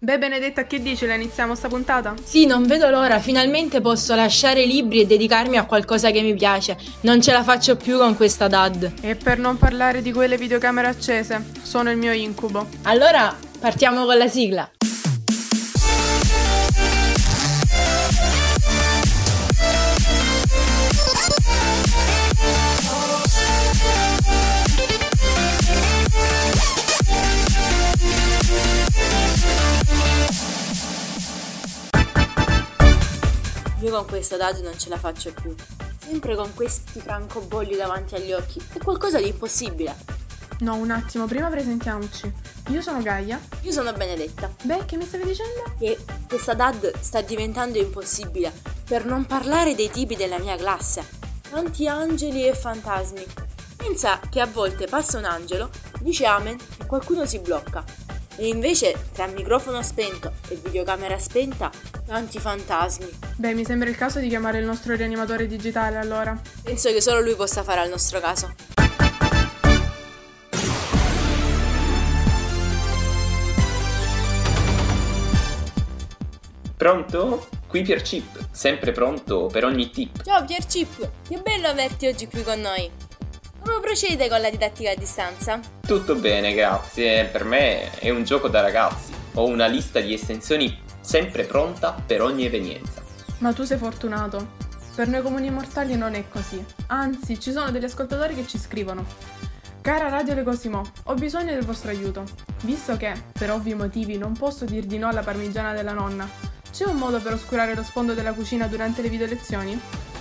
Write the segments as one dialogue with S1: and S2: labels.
S1: Beh, Benedetta, che dici? La iniziamo sta puntata?
S2: Sì, non vedo l'ora, finalmente posso lasciare i libri e dedicarmi a qualcosa che mi piace. Non ce la faccio più con questa DAD.
S1: E per non parlare di quelle videocamere accese, sono il mio incubo.
S2: Allora, partiamo con la sigla. Io con questa DAD non ce la faccio più. Sempre con questi francobolli davanti agli occhi. È qualcosa di impossibile.
S1: No, un attimo, prima presentiamoci. Io sono Gaia.
S2: Io sono Benedetta.
S1: Beh, che mi stavi dicendo?
S2: Che questa DAD sta diventando impossibile. Per non parlare dei tipi della mia classe. Tanti angeli e fantasmi. Pensa che a volte passa un angelo, dice amen e qualcuno si blocca. E invece tra microfono spento e videocamera spenta, tanti fantasmi.
S1: Beh, mi sembra il caso di chiamare il nostro rianimatore digitale, allora.
S2: Penso che solo lui possa fare al nostro caso.
S3: Pronto? Qui Pierchip, sempre pronto per ogni tip.
S2: Ciao Pierchip, che bello averti oggi qui con noi. Come procede con la didattica a distanza?
S3: Tutto bene, grazie. Per me è un gioco da ragazzi. Ho una lista di estensioni sempre pronta per ogni evenienza.
S1: Ma tu sei fortunato. Per noi comuni mortali non è così. Anzi, ci sono degli ascoltatori che ci scrivono: cara Radio Le Cosimo, ho bisogno del vostro aiuto. Visto che, per ovvi motivi, non posso dir di no alla parmigiana della nonna, c'è un modo per oscurare lo sfondo della cucina durante le video lezioni?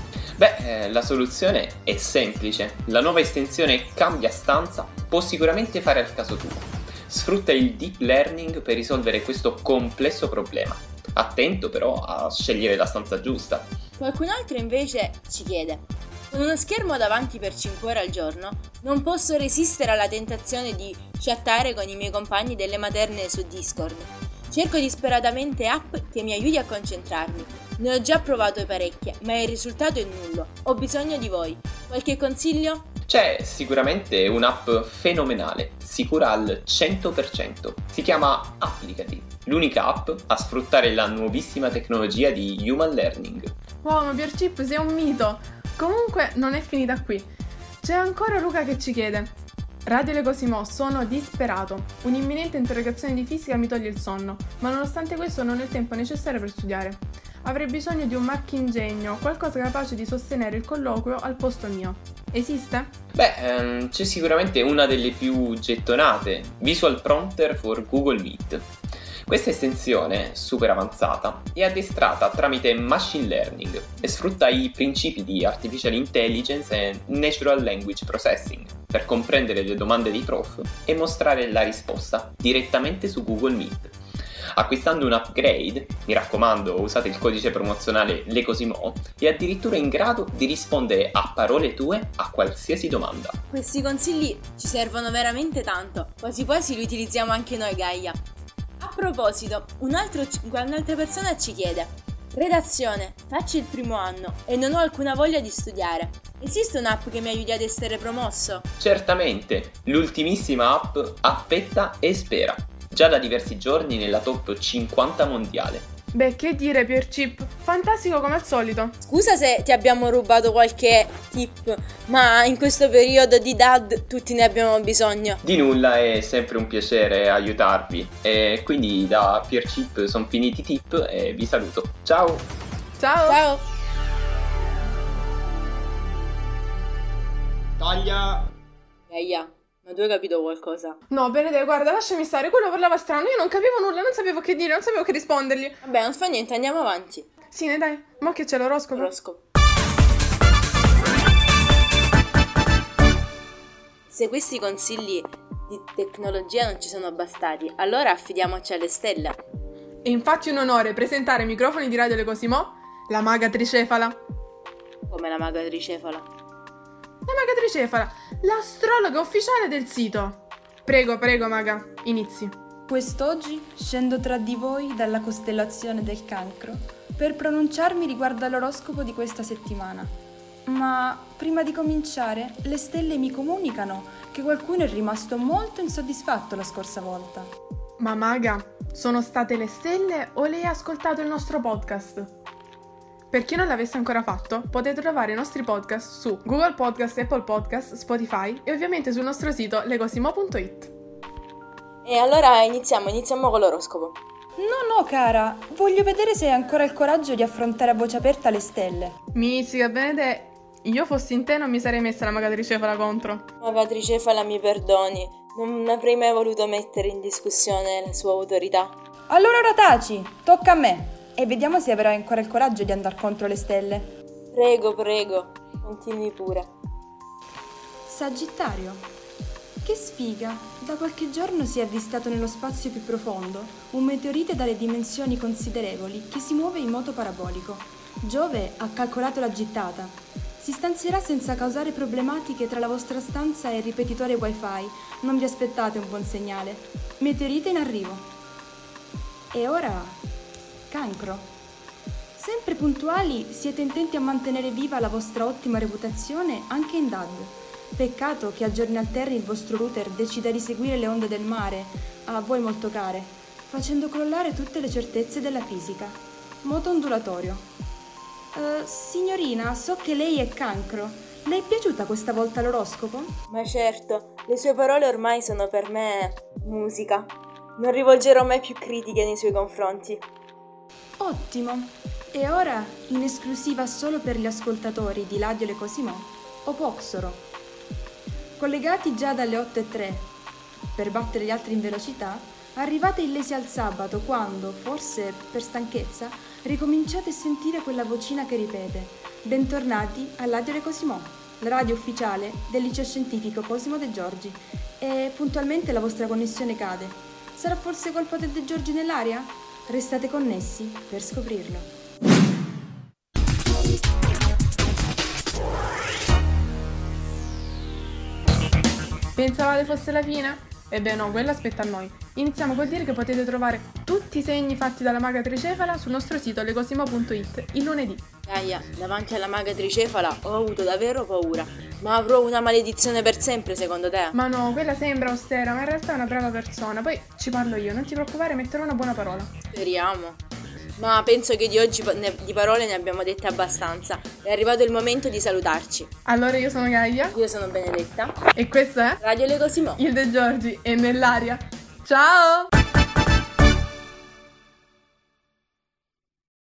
S3: Beh, la soluzione è semplice. La nuova estensione Cambia stanza può sicuramente fare al caso tuo. Sfrutta il deep learning per risolvere questo complesso problema. Attento però a scegliere la stanza giusta.
S2: Qualcun altro invece ci chiede: con uno schermo davanti per 5 ore al giorno, non posso resistere alla tentazione di chattare con i miei compagni delle materne su Discord. Cerco disperatamente app che mi aiuti a concentrarmi. Ne ho già provato parecchie, ma il risultato è nullo. Ho bisogno di voi. Qualche consiglio?
S3: C'è sicuramente un'app fenomenale, sicura al 100%. Si chiama Applicati, l'unica app a sfruttare la nuovissima tecnologia di Human Learning.
S1: Wow, ma Pierchip sei un mito! Comunque non è finita qui. C'è ancora Luca che ci chiede: Radio Le Cosimo, sono disperato. Un'imminente interrogazione di fisica mi toglie il sonno, ma nonostante questo non ho il tempo necessario per studiare. Avrei bisogno di un marchingegno, qualcosa capace di sostenere il colloquio al posto mio. Esiste?
S3: Beh, c'è sicuramente una delle più gettonate, Visual Prompter for Google Meet. Questa estensione, super avanzata, è addestrata tramite machine learning e sfrutta i principi di artificial intelligence e natural language processing per comprendere le domande dei prof e mostrare la risposta direttamente su Google Meet. Acquistando un upgrade, mi raccomando, usate il codice promozionale LeCosimo, è addirittura in grado di rispondere a parole tue a qualsiasi domanda.
S2: Questi consigli ci servono veramente tanto, quasi quasi li utilizziamo anche noi, Gaia. A proposito, un'altra persona ci chiede: redazione, faccio il primo anno e non ho alcuna voglia di studiare. Esiste un'app che mi aiuti ad essere promosso?
S3: Certamente, l'ultimissima app Aspetta e Spera, già da diversi giorni nella top 50 mondiale.
S1: Beh, che dire Pierchip, fantastico come al solito.
S2: Scusa se ti abbiamo rubato qualche tip, ma in questo periodo di DAD tutti ne abbiamo bisogno.
S3: Di nulla, è sempre un piacere aiutarvi. E quindi da Pierchip sono finiti i tip e vi saluto. Ciao!
S1: Ciao!
S2: Ciao!
S3: Taglia!
S2: Gaia, ma tu hai capito qualcosa?
S1: No, Benedetta, guarda, lasciami stare, quello parlava strano, io non capivo nulla, non sapevo che dire, non sapevo che rispondergli.
S2: Vabbè, non fa niente, andiamo avanti.
S1: Sì, ne dai, mo che c'è l'oroscopo?
S2: Oroscopo. Se questi consigli di tecnologia non ci sono bastati, allora affidiamoci alle stelle.
S1: E infatti un onore presentare ai microfoni di Radio Le Cosimo la maga tricefala.
S2: Come la maga tricefala.
S1: La maga tricefala, l'astrologa ufficiale del sito. Prego, maga, inizi.
S4: Quest'oggi scendo tra di voi dalla costellazione del Cancro per pronunciarmi riguardo all'oroscopo di questa settimana. Ma prima di cominciare, le stelle mi comunicano che qualcuno è rimasto molto insoddisfatto la scorsa volta.
S1: Ma maga, Sono state le stelle o lei ha ascoltato il nostro podcast? Per chi non l'avesse ancora fatto, potete trovare i nostri podcast su Google Podcast, Apple Podcast, Spotify e ovviamente sul nostro sito legosimo.it.
S2: E allora iniziamo con l'oroscopo.
S4: No, cara, voglio vedere se hai ancora il coraggio di affrontare a voce aperta le stelle.
S1: Mizzica, Benedè, io fossi in te non mi sarei messa la maga tricefala contro.
S2: Ma Tricefala, mi perdoni, non avrei mai voluto mettere in discussione la sua autorità.
S4: Allora ora taci, tocca a me. E vediamo se avrai ancora il coraggio di andare contro le stelle.
S2: Prego, continui pure.
S4: Sagittario. Che sfiga! Da qualche giorno si è avvistato nello spazio più profondo un meteorite dalle dimensioni considerevoli che si muove in moto parabolico. Giove ha calcolato la gittata. Si stanzierà senza causare problematiche tra la vostra stanza e il ripetitore wifi. Non vi aspettate un buon segnale. Meteorite in arrivo. E ora... Cancro. Sempre puntuali, siete intenti a mantenere viva la vostra ottima reputazione anche in DAD. Peccato che a giorni alterni il vostro router decida di seguire le onde del mare, a voi molto care, facendo crollare tutte le certezze della fisica. Moto ondulatorio. Signorina, so che lei è Cancro. Le è piaciuta questa volta l'oroscopo?
S2: Ma certo, le sue parole ormai sono per me musica. Non rivolgerò mai più critiche nei suoi confronti.
S4: Ottimo! E ora, in esclusiva solo per gli ascoltatori di Radio Le Cosimo, Opoxoro. Collegati già dalle 8:03, per battere gli altri in velocità, arrivate illesi al sabato quando, forse per stanchezza, ricominciate a sentire quella vocina che ripete: bentornati a Radio Le Cosimo, la radio ufficiale del liceo scientifico Cosimo De Giorgi. E puntualmente la vostra connessione cade. Sarà forse colpa del De Giorgi nell'aria? Restate connessi per scoprirlo.
S1: Pensavate fosse la fine? Ebbene no, quella aspetta a noi. Iniziamo col dire che potete trovare tutti i segni fatti dalla maga tricefala sul nostro sito legosimo.it il lunedì.
S2: Gaia, davanti alla maga tricefala ho avuto davvero paura. Ma avrò una maledizione per sempre, secondo te?
S1: Ma no, quella sembra austera, ma in realtà è una brava persona. Poi ci parlo io, non ti preoccupare, metterò una buona parola.
S2: Speriamo. Ma penso che di oggi di parole ne abbiamo dette abbastanza. È arrivato il momento di salutarci.
S1: Allora io sono Gaia.
S2: Io sono Benedetta.
S1: E questo è
S2: Radio Le Cosimo.
S1: il De Giorgi è nell'aria. Ciao!